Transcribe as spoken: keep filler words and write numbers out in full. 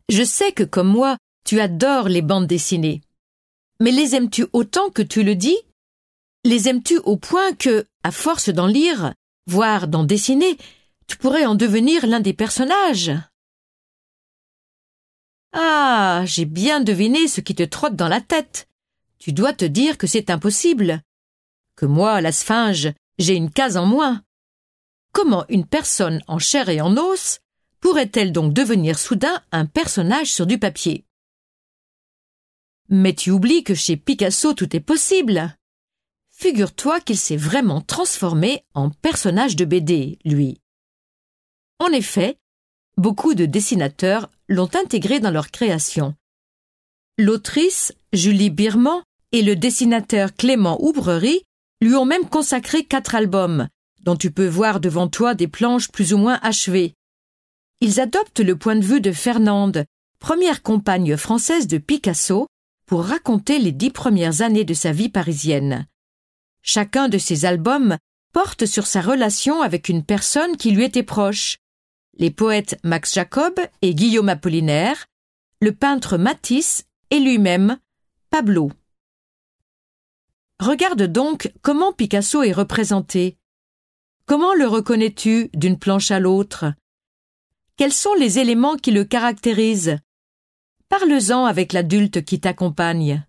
Je sais que comme moi, tu adores les bandes dessinées. Mais les aimes-tu autant que tu le dis? Les aimes-tu au point que, à force d'en lire, voire d'en dessiner, tu pourrais en devenir l'un des personnages? Ah, j'ai bien deviné ce qui te trotte dans la tête. Tu dois te dire que c'est impossible. Que moi, la sphinge, j'ai une case en moins. Comment une personne en chair et en os pourrait-elle donc devenir soudain un personnage sur du papier? Mais tu oublies que chez Picasso tout est possible. Figure-toi qu'il s'est vraiment transformé en personnage de B D, lui. En effet, beaucoup de dessinateurs l'ont intégré dans leur création. L'autrice, Julie Birman, et le dessinateur Clément Houbrerie lui ont même consacré quatre albums, dont tu peux voir devant toi des planches plus ou moins achevées. Ils adoptent le point de vue de Fernande, première compagne française de Picasso, pour raconter les dix premières années de sa vie parisienne. Chacun de ces albums porte sur sa relation avec une personne qui lui était proche. Les poètes Max Jacob et Guillaume Apollinaire, le peintre Matisse et lui-même, Pablo. Regarde donc comment Picasso est représenté. Comment le reconnais-tu d'une planche à l'autre? Quels sont les éléments qui le caractérisent? Parle-en avec l'adulte qui t'accompagne.